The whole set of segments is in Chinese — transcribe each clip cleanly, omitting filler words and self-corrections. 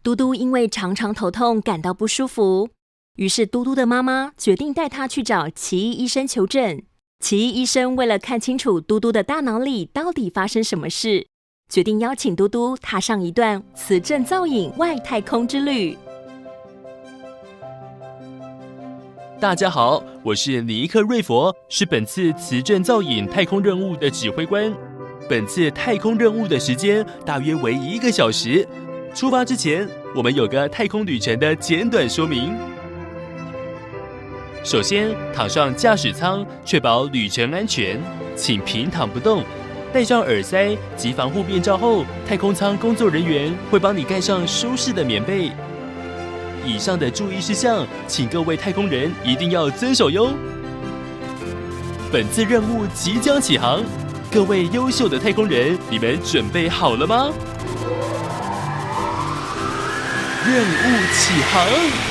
嘟嘟因为常常头痛感到不舒服，于是嘟嘟的妈妈决定带他去找奇异医生求诊。奇异医生为了看清楚嘟嘟的大脑里到底发生什么事，决定邀请嘟嘟踏上一段磁振造影外太空之旅。 大家好，我是尼克瑞佛，是本次磁振造影太空任务的指挥官。本次太空任务的时间大约为1个小时。出发之前，我们有个太空旅程的简短说明。首先，躺上驾驶舱，确保旅程安全，请平躺不动。戴上耳塞及防护面罩后，太空舱工作人员会帮你盖上舒适的棉被。以上的注意事项，请各位太空人一定要遵守哟。本次任务即将起航，各位优秀的太空人，你们准备好了吗？任务起航！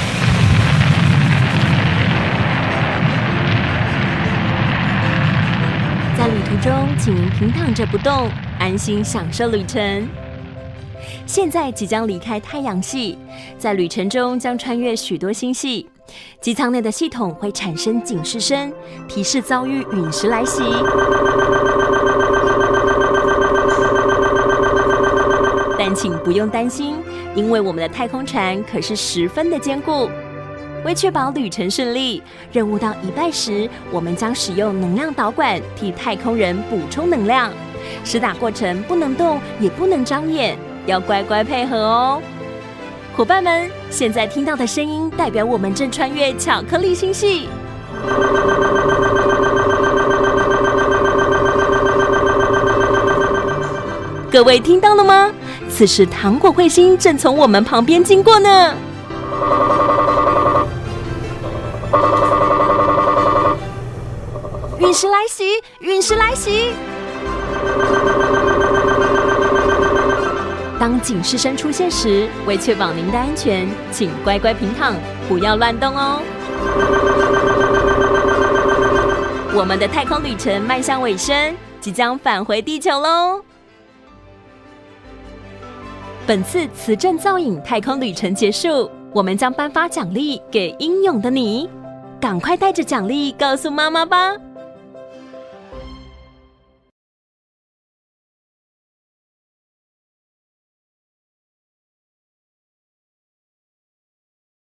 在旅途中，请您平躺着不动，安心享受旅程。现在即将离开太阳系，在旅程中将穿越许多星系。机舱内的系统会产生警示声，提示遭遇陨石来袭。但请不用担心，因为我们的太空船可是十分的坚固。为确保旅程顺利，任务到一半时，我们将使用能量导管替太空人补充能量。施打过程不能动，也不能张眼，要乖乖配合哦。伙伴们，现在听到的声音代表我们正穿越巧克力星系。各位听到了吗？此时糖果彗星正从我们旁边经过呢。陨石来袭！陨石来袭！当警示声出现时，为确保您的安全，请乖乖平躺，不要乱动哦。我们的太空旅程迈向尾声，即将返回地球喽。本次磁振造影太空旅程结束，我们将颁发奖励给英勇的你，赶快带着奖励告诉妈妈吧。